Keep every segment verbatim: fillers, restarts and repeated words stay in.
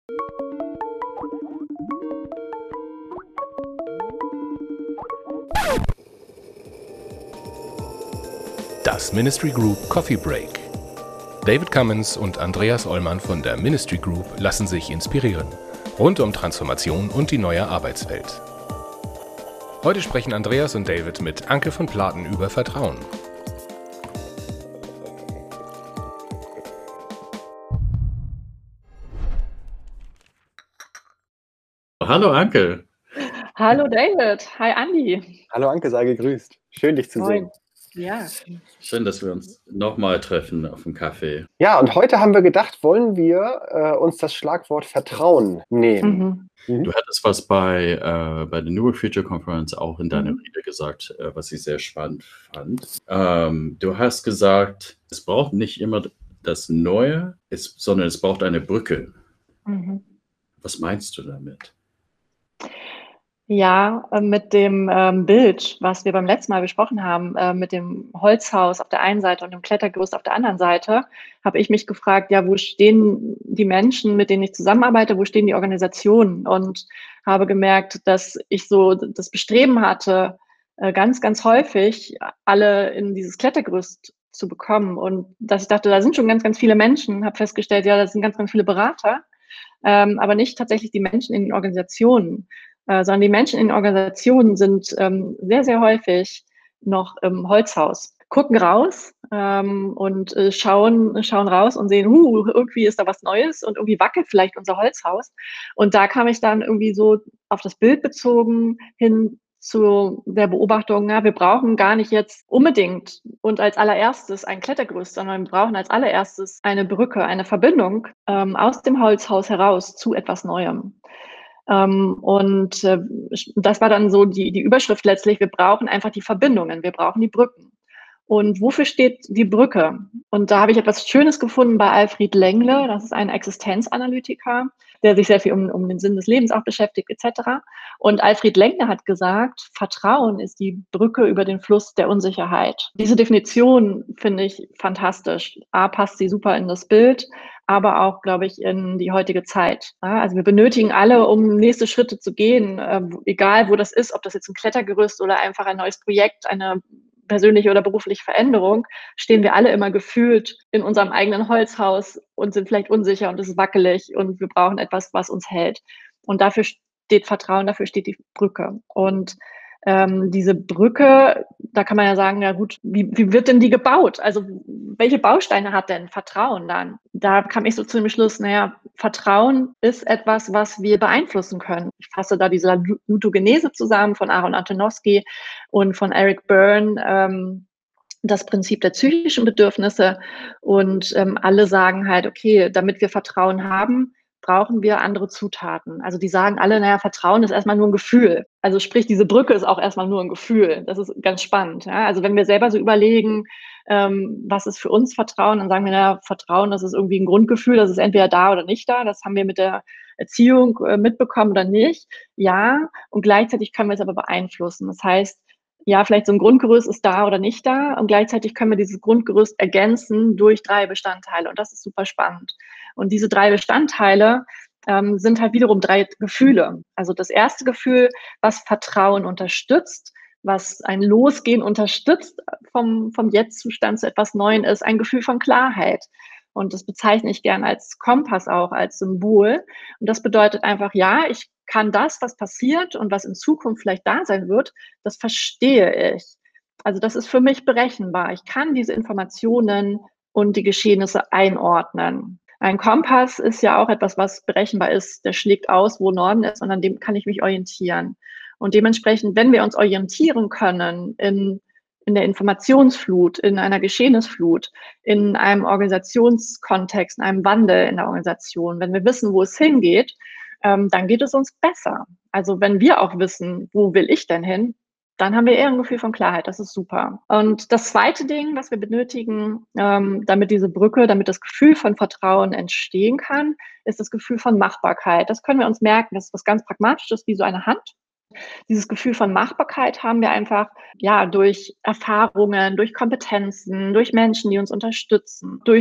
Das Ministry Group Coffee Break. David Cummins und Andreas Ollmann von der Ministry Group lassen sich inspirieren. Rund um Transformation und die neue Arbeitswelt. Heute sprechen Andreas und David mit Anke von Platen über Vertrauen. Hallo Anke. Hallo David. Hi Andi. Hallo Anke, sei gegrüßt. Schön, dich zu Moin. sehen. Ja. Schön, dass wir uns nochmal treffen auf dem Kaffee. Ja, und heute haben wir gedacht, wollen wir äh, uns das Schlagwort Vertrauen nehmen. Mhm. Mhm. Du hattest was bei, äh, bei der Newer Future Conference auch in deiner Mhm. Rede gesagt, äh, was ich sehr spannend fand. Ähm, du hast gesagt, es braucht nicht immer das Neue, es, sondern es braucht eine Brücke. Mhm. Was meinst du damit? Ja, äh, mit dem ähm, Bild, was wir beim letzten Mal besprochen haben, äh, mit dem Holzhaus auf der einen Seite und dem Klettergerüst auf der anderen Seite, habe ich mich gefragt, ja, wo stehen die Menschen, mit denen ich zusammenarbeite, wo stehen die Organisationen? Und habe gemerkt, dass ich so das Bestreben hatte, äh, ganz, ganz häufig alle in dieses Klettergerüst zu bekommen. Und dass ich dachte, da sind schon ganz, ganz viele Menschen, habe festgestellt, ja, das sind ganz, ganz viele Berater, ähm, aber nicht tatsächlich die Menschen in den Organisationen. Äh, sondern die Menschen in Organisationen sind ähm, sehr, sehr häufig noch im Holzhaus, gucken raus ähm, und äh, schauen, schauen raus und sehen, huh, irgendwie ist da was Neues und irgendwie wackelt vielleicht unser Holzhaus. Und da kam ich dann irgendwie so auf das Bild bezogen hin zu der Beobachtung, ja, wir brauchen gar nicht jetzt unbedingt und als allererstes ein Klettergerüst, sondern wir brauchen als allererstes eine Brücke, eine Verbindung ähm, aus dem Holzhaus heraus zu etwas Neuem. Ähm, und äh, das war dann so die, die Überschrift letztlich, wir brauchen einfach die Verbindungen, wir brauchen die Brücken. Und wofür steht die Brücke? Und da habe ich etwas Schönes gefunden bei Alfred Lengle, das ist ein Existenzanalytiker, der sich sehr viel um, um den Sinn des Lebens auch beschäftigt, et cetera. Und Alfred Lengle hat gesagt, Vertrauen ist die Brücke über den Fluss der Unsicherheit. Diese Definition finde ich fantastisch. A, passt sie super in das Bild, aber auch, glaube ich, in die heutige Zeit. Ja, also wir benötigen alle, um nächste Schritte zu gehen, äh, egal wo das ist, ob das jetzt ein Klettergerüst oder einfach ein neues Projekt, eine persönliche oder berufliche Veränderung, stehen wir alle immer gefühlt in unserem eigenen Holzhaus und sind vielleicht unsicher und es ist wackelig und wir brauchen etwas, was uns hält. Und dafür steht Vertrauen, dafür steht die Brücke. Und ähm, diese Brücke, da kann man ja sagen, ja gut, wie, wie wird denn die gebaut? Also welche Bausteine hat denn Vertrauen dann? Da kam ich so zu dem Schluss, naja, Vertrauen ist etwas, was wir beeinflussen können. Ich fasse da diese Lutogenese zusammen von Aaron Antonowski und von Eric Byrne, ähm, das Prinzip der psychischen Bedürfnisse. Und ähm, alle sagen halt, okay, damit wir Vertrauen haben, brauchen wir andere Zutaten. Also die sagen alle, naja, Vertrauen ist erstmal nur ein Gefühl. Also sprich, diese Brücke ist auch erstmal nur ein Gefühl. Das ist ganz spannend. Ja? Also wenn wir selber so überlegen, ähm, was ist für uns Vertrauen, dann sagen wir, naja, Vertrauen, das ist irgendwie ein Grundgefühl, das ist entweder da oder nicht da. Das haben wir mit der Erziehung äh, mitbekommen oder nicht. Ja, und gleichzeitig können wir es aber beeinflussen. Das heißt, ja, vielleicht so ein Grundgerüst ist da oder nicht da und gleichzeitig können wir dieses Grundgerüst ergänzen durch drei Bestandteile und das ist super spannend. Und diese drei Bestandteile ähm, sind halt wiederum drei Gefühle. Also das erste Gefühl, was Vertrauen unterstützt, was ein Losgehen unterstützt vom, vom Jetzt-Zustand zu etwas Neuem ist, ein Gefühl von Klarheit. Und das bezeichne ich gern als Kompass auch, als Symbol. Und das bedeutet einfach, ja, ich kann das, was passiert und was in Zukunft vielleicht da sein wird, das verstehe ich. Also das ist für mich berechenbar. Ich kann diese Informationen und die Geschehnisse einordnen. Ein Kompass ist ja auch etwas, was berechenbar ist. Der schlägt aus, wo Norden ist und an dem kann ich mich orientieren. Und dementsprechend, wenn wir uns orientieren können in, in der Informationsflut, in einer Geschehnisflut, in einem Organisationskontext, in einem Wandel in der Organisation, wenn wir wissen, wo es hingeht, ähm, dann geht es uns besser. Also wenn wir auch wissen, wo will ich denn hin, dann haben wir eher ein Gefühl von Klarheit. Das ist super. Und das zweite Ding, was wir benötigen, ähm, damit diese Brücke, damit das Gefühl von Vertrauen entstehen kann, ist das Gefühl von Machbarkeit. Das können wir uns merken. Das ist was ganz Pragmatisches, wie so eine Hand. Dieses Gefühl von Machbarkeit haben wir einfach ja durch Erfahrungen, durch Kompetenzen, durch Menschen, die uns unterstützen, durch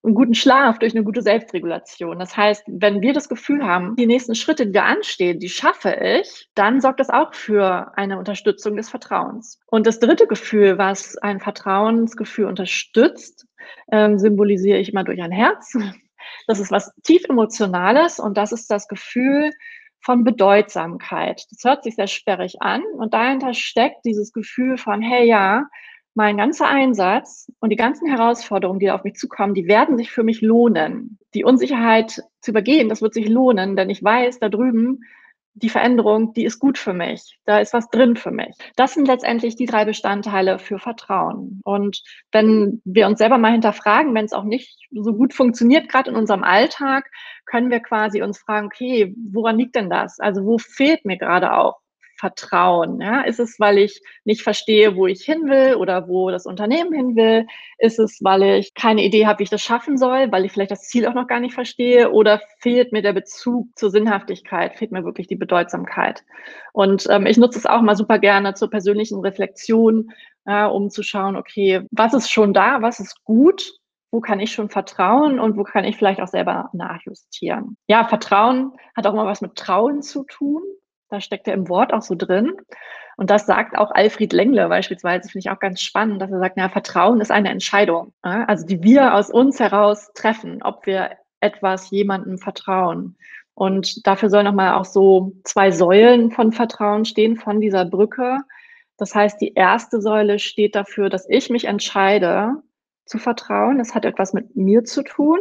einen guten Schlaf, durch eine gute Selbstregulation. Das heißt, wenn wir das Gefühl haben, die nächsten Schritte, die da anstehen, die schaffe ich, dann sorgt das auch für eine Unterstützung des Vertrauens. Und das dritte Gefühl, was ein Vertrauensgefühl unterstützt, ähm, symbolisiere ich immer durch ein Herz. Das ist was tief Emotionales und das ist das Gefühl von Bedeutsamkeit. Das hört sich sehr sperrig an und dahinter steckt dieses Gefühl von, hey, ja, mein ganzer Einsatz und die ganzen Herausforderungen, die auf mich zukommen, die werden sich für mich lohnen. Die Unsicherheit zu übergehen, das wird sich lohnen, denn ich weiß, da drüben, die Veränderung, die ist gut für mich. Da ist was drin für mich. Das sind letztendlich die drei Bestandteile für Vertrauen. Und wenn wir uns selber mal hinterfragen, wenn es auch nicht so gut funktioniert, gerade in unserem Alltag, können wir quasi uns fragen, okay, woran liegt denn das? Also wo fehlt mir gerade auch Vertrauen? Ja? Ist es, weil ich nicht verstehe, wo ich hin will oder wo das Unternehmen hin will? Ist es, weil ich keine Idee habe, wie ich das schaffen soll, weil ich vielleicht das Ziel auch noch gar nicht verstehe? Oder fehlt mir der Bezug zur Sinnhaftigkeit? Fehlt mir wirklich die Bedeutsamkeit? Und ähm, ich nutze es auch mal super gerne zur persönlichen Reflexion, äh, um zu schauen, okay, was ist schon da? Was ist gut? Wo kann ich schon vertrauen und wo kann ich vielleicht auch selber nachjustieren? Ja, Vertrauen hat auch immer was mit Trauen zu tun. Da steckt ja im Wort auch so drin. Und das sagt auch Alfred Lengle beispielsweise, finde ich auch ganz spannend, dass er sagt, na, Vertrauen ist eine Entscheidung, ja, also die wir aus uns heraus treffen, ob wir etwas jemandem vertrauen. Und dafür sollen nochmal auch so zwei Säulen von Vertrauen stehen, von dieser Brücke. Das heißt, die erste Säule steht dafür, dass ich mich entscheide zu vertrauen. Das hat etwas mit mir zu tun,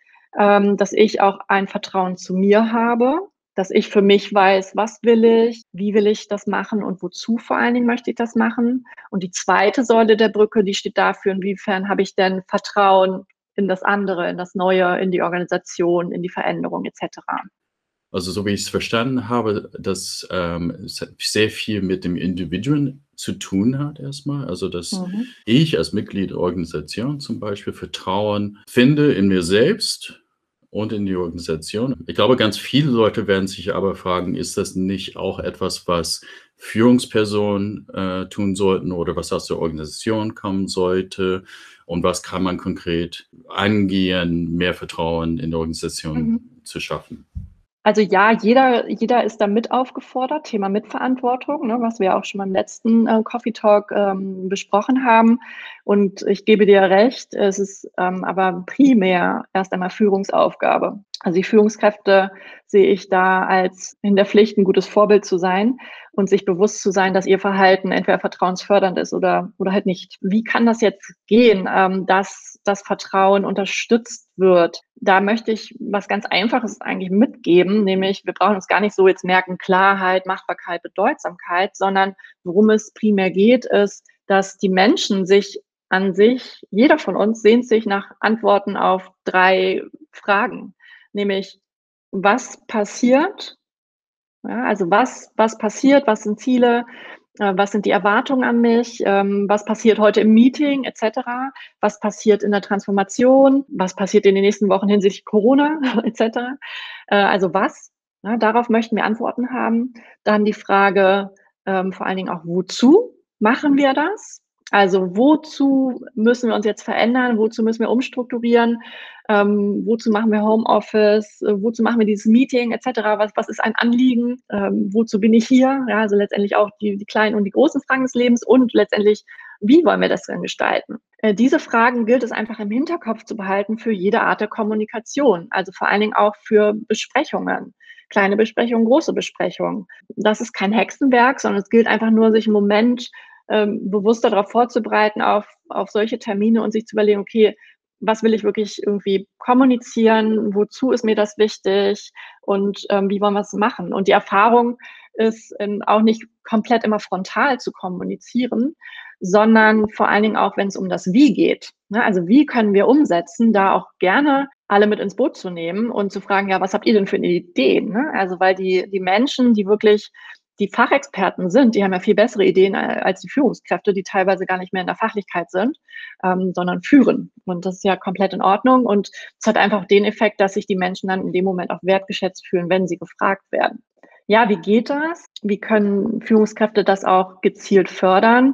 ähm, dass ich auch ein Vertrauen zu mir habe, dass ich für mich weiß, was will ich, wie will ich das machen und wozu vor allen Dingen möchte ich das machen. Und die zweite Säule der Brücke, die steht dafür, inwiefern habe ich denn Vertrauen in das andere, in das Neue, in die Organisation, in die Veränderung et cetera. Also so wie ich es verstanden habe, dass ähm, es sehr viel mit dem Individuum zu tun hat erstmal. Also dass mhm. ich als Mitglied der Organisation zum Beispiel Vertrauen finde in mir selbst und in die Organisation. Ich glaube, ganz viele Leute werden sich aber fragen, ist das nicht auch etwas, was Führungspersonen äh, tun sollten oder was aus der Organisation kommen sollte? Und was kann man konkret angehen, mehr Vertrauen in der Organisation mhm. zu schaffen? Also ja, jeder, jeder ist da mit aufgefordert, Thema Mitverantwortung, ne, was wir auch schon beim letzten äh, Coffee Talk ähm, besprochen haben. Und ich gebe dir recht, es ist ähm, aber primär erst einmal Führungsaufgabe. Also die Führungskräfte sehe ich da als in der Pflicht, ein gutes Vorbild zu sein und sich bewusst zu sein, dass ihr Verhalten entweder vertrauensfördernd ist oder, oder halt nicht. Wie kann das jetzt gehen, ähm, dass das Vertrauen unterstützt wird? Da möchte ich was ganz Einfaches eigentlich mitgeben, nämlich wir brauchen uns gar nicht so jetzt merken, Klarheit, Machbarkeit, Bedeutsamkeit, sondern worum es primär geht, ist, dass die Menschen sich an sich, jeder von uns sehnt sich nach Antworten auf drei Fragen, nämlich was passiert, ja, also was, was passiert, was sind Ziele, äh, was sind die Erwartungen an mich, ähm, was passiert heute im Meeting et cetera, was passiert in der Transformation, was passiert in den nächsten Wochen hinsichtlich Corona et cetera. Äh, also was, ja, darauf möchten wir Antworten haben. Dann die Frage ähm, vor allen Dingen auch, wozu machen wir das? Also wozu müssen wir uns jetzt verändern? Wozu müssen wir umstrukturieren? Ähm, wozu machen wir Homeoffice? Äh, wozu machen wir dieses Meeting et cetera? Was, was ist ein Anliegen? Ähm, wozu bin ich hier? Ja, also letztendlich auch die, die kleinen und die großen Fragen des Lebens und letztendlich, wie wollen wir das denn gestalten? Äh, diese Fragen gilt es einfach im Hinterkopf zu behalten für jede Art der Kommunikation, also vor allen Dingen auch für Besprechungen. Kleine Besprechungen, große Besprechungen. Das ist kein Hexenwerk, sondern es gilt einfach nur, sich im Moment ähm, bewusster darauf vorzubereiten, auf, auf solche Termine und sich zu überlegen, okay, was will ich wirklich irgendwie kommunizieren, wozu ist mir das wichtig und ähm, wie wollen wir es machen? Und die Erfahrung ist ähm, auch nicht komplett immer frontal zu kommunizieren, sondern vor allen Dingen auch, wenn es um das Wie geht. Ne? Also wie können wir umsetzen, da auch gerne alle mit ins Boot zu nehmen und zu fragen, ja, was habt ihr denn für Ideen? Ne? Also weil die, die Menschen, die wirklich die Fachexperten sind, die haben ja viel bessere Ideen als die Führungskräfte, die teilweise gar nicht mehr in der Fachlichkeit sind, ähm, sondern führen. Und das ist ja komplett in Ordnung. Und es hat einfach den Effekt, dass sich die Menschen dann in dem Moment auch wertgeschätzt fühlen, wenn sie gefragt werden. Ja, wie geht das? Wie können Führungskräfte das auch gezielt fördern?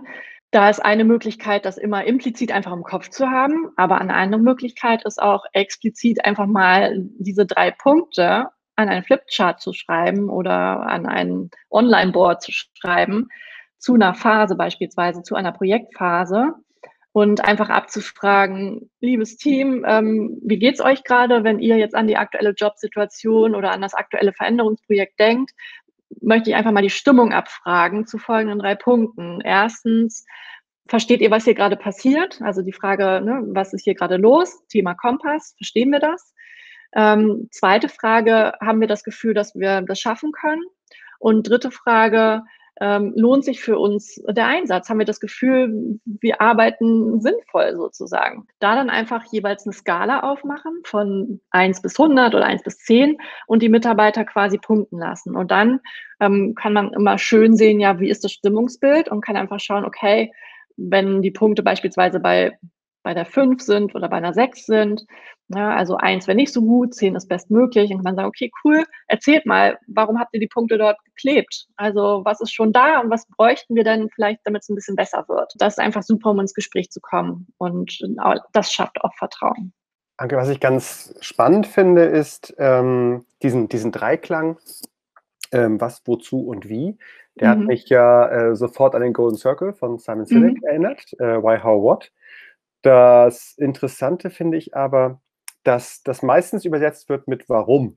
Da ist eine Möglichkeit, das immer implizit einfach im Kopf zu haben, aber eine andere Möglichkeit ist auch explizit einfach mal diese drei Punkte an einen Flipchart zu schreiben oder an ein Online-Board zu schreiben, zu einer Phase beispielsweise, zu einer Projektphase und einfach abzufragen: „Liebes Team, ähm, wie geht's euch gerade, wenn ihr jetzt an die aktuelle Jobsituation oder an das aktuelle Veränderungsprojekt denkt?“ Möchte ich einfach mal die Stimmung abfragen zu folgenden drei Punkten. Erstens, versteht ihr, was hier gerade passiert? Also die Frage, ne, was ist hier gerade los? Thema Kompass, verstehen wir das? Ähm, zweite Frage, haben wir das Gefühl, dass wir das schaffen können? Und dritte Frage, ähm, lohnt sich für uns der Einsatz? Haben wir das Gefühl, wir arbeiten sinnvoll sozusagen? Da dann einfach jeweils eine Skala aufmachen von eins bis hundert oder eins bis zehn und die Mitarbeiter quasi punkten lassen. Und dann ähm, kann man immer schön sehen, ja, wie ist das Stimmungsbild und kann einfach schauen, okay, wenn die Punkte beispielsweise bei, bei der fünf sind oder bei einer sechs sind, ja, also eins wäre nicht so gut, zehn ist bestmöglich und kann man sagen, okay, cool, erzählt mal, warum habt ihr die Punkte dort geklebt? Also was ist schon da und was bräuchten wir denn vielleicht, damit es ein bisschen besser wird? Das ist einfach super, um ins Gespräch zu kommen und das schafft auch Vertrauen. Anke, was ich ganz spannend finde, ist ähm, diesen, diesen Dreiklang, ähm, was, wozu und wie. Der mhm. hat mich ja äh, sofort an den Golden Circle von Simon Sinek mhm. erinnert, äh, Why, How, What. Das Interessante finde ich aber, dass das meistens übersetzt wird mit Warum.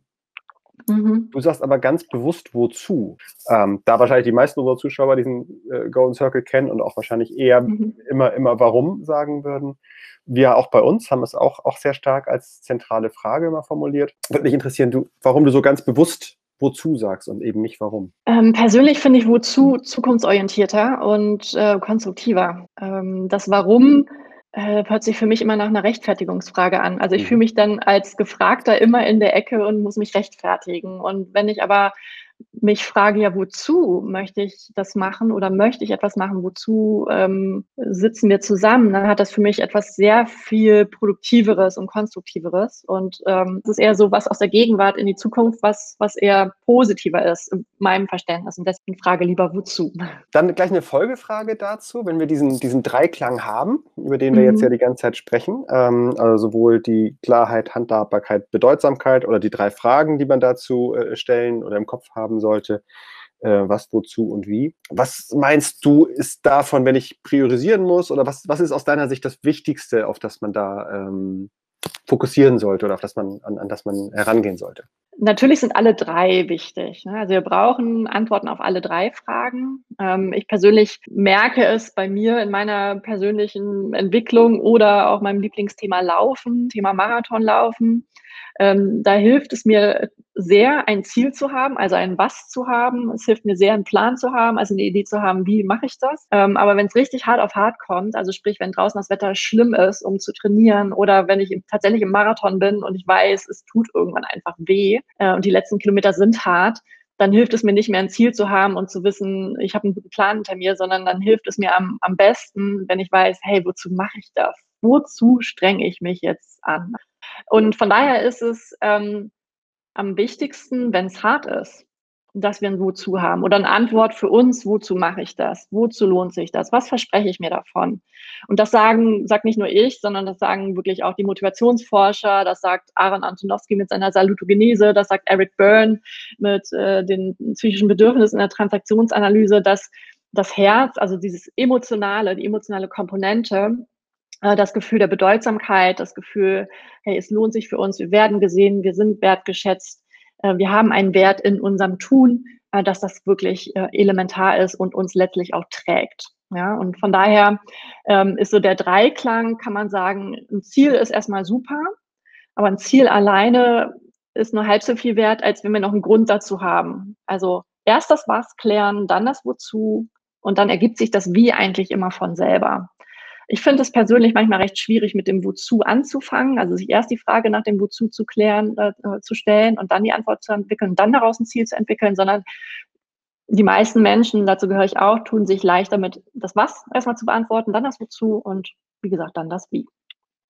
Mhm. Du sagst aber ganz bewusst Wozu. Ähm, da wahrscheinlich die meisten unserer Zuschauer diesen äh, Golden Circle kennen und auch wahrscheinlich eher mhm. immer, immer Warum sagen würden. Wir auch bei uns haben es auch, auch sehr stark als zentrale Frage immer formuliert. Würde mich interessieren, du, warum du so ganz bewusst Wozu sagst und eben nicht Warum. Ähm, persönlich finde ich Wozu zukunftsorientierter und äh, konstruktiver. Ähm, das Warum äh, hört sich für mich immer nach einer Rechtfertigungsfrage an. Also ich mhm. fühle mich dann als Gefragter immer in der Ecke und muss mich rechtfertigen. Und wenn ich aber mich frage, ja, wozu möchte ich das machen oder möchte ich etwas machen, wozu ähm, sitzen wir zusammen, dann hat das für mich etwas sehr viel Produktiveres und Konstruktiveres. Und ähm, es ist eher so was aus der Gegenwart in die Zukunft, was, was eher positiver ist, in meinem Verständnis. Und deswegen frage lieber, wozu. Dann gleich eine Folgefrage dazu, wenn wir diesen, diesen Dreiklang haben, über den wir mhm. jetzt ja die ganze Zeit sprechen, ähm, also sowohl die Klarheit, Handhabbarkeit, Bedeutsamkeit oder die drei Fragen, die man dazu äh, stellen oder im Kopf haben sollte, äh, was, wozu und wie. Was meinst du, ist davon, wenn ich priorisieren muss, oder was, was ist aus deiner Sicht das Wichtigste, auf das man da ähm, fokussieren sollte oder auf das man, an, an das man herangehen sollte? Natürlich sind alle drei wichtig. Also wir brauchen Antworten auf alle drei Fragen. Ich persönlich merke es bei mir in meiner persönlichen Entwicklung oder auch meinem Lieblingsthema Laufen, Thema Marathonlaufen. Da hilft es mir sehr, ein Ziel zu haben, also ein Was zu haben. Es hilft mir sehr, einen Plan zu haben, also eine Idee zu haben, wie mache ich das. Aber wenn es richtig hart auf hart kommt, also sprich, wenn draußen das Wetter schlimm ist, um zu trainieren, oder wenn ich tatsächlich im Marathon bin und ich weiß, es tut irgendwann einfach weh und die letzten Kilometer sind hart, dann hilft es mir nicht mehr, ein Ziel zu haben und zu wissen, ich habe einen guten Plan hinter mir, sondern dann hilft es mir am, am besten, wenn ich weiß, hey, wozu mache ich das? Wozu strenge ich mich jetzt an? Und von daher ist es ähm, am wichtigsten, wenn es hart ist, dass wir ein Wozu haben oder eine Antwort für uns, wozu mache ich das? Wozu lohnt sich das? Was verspreche ich mir davon? Und das sagen, sagt nicht nur ich, sondern das sagen wirklich auch die Motivationsforscher, das sagt Aaron Antonowski mit seiner Salutogenese, das sagt Eric Byrne mit äh, den psychischen Bedürfnissen in der Transaktionsanalyse, dass das Herz, also dieses emotionale, die emotionale Komponente, das Gefühl der Bedeutsamkeit, das Gefühl, hey, es lohnt sich für uns, wir werden gesehen, wir sind wertgeschätzt, wir haben einen Wert in unserem Tun, dass das wirklich elementar ist und uns letztlich auch trägt. Ja, und von daher ähm, ist so der Dreiklang, kann man sagen, ein Ziel ist erstmal super, aber ein Ziel alleine ist nur halb so viel wert, als wenn wir noch einen Grund dazu haben. Also erst das Was klären, dann das Wozu und dann ergibt sich das Wie eigentlich immer von selber. Ich finde es persönlich manchmal recht schwierig, mit dem Wozu anzufangen, also sich erst die Frage nach dem Wozu zu klären, äh, zu stellen und dann die Antwort zu entwickeln und dann daraus ein Ziel zu entwickeln, sondern die meisten Menschen, dazu gehöre ich auch, tun sich leicht damit, das Was erstmal zu beantworten, dann das Wozu und wie gesagt, dann das Wie.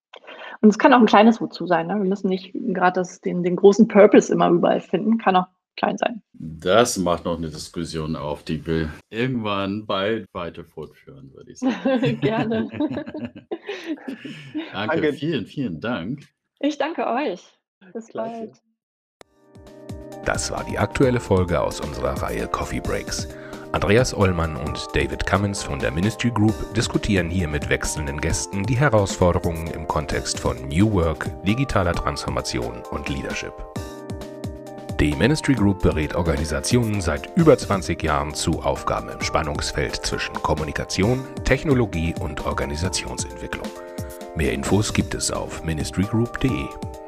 Und es kann auch ein kleines Wozu sein. Ne? Wir müssen nicht gerade den, den großen Purpose immer überall finden, kann auch klein sein. Das macht noch eine Diskussion auf, die wir irgendwann bald weiter fortführen, würde ich sagen. Gerne. Danke, Danke. vielen, vielen Dank. Ich danke euch. Bis Klasse. bald. Das war die aktuelle Folge aus unserer Reihe Coffee Breaks. Andreas Ollmann und David Cummins von der Ministry Group diskutieren hier mit wechselnden Gästen die Herausforderungen im Kontext von New Work, digitaler Transformation und Leadership. Die Ministry Group berät Organisationen seit über zwanzig Jahren zu Aufgaben im Spannungsfeld zwischen Kommunikation, Technologie und Organisationsentwicklung. Mehr Infos gibt es auf ministry group punkt de.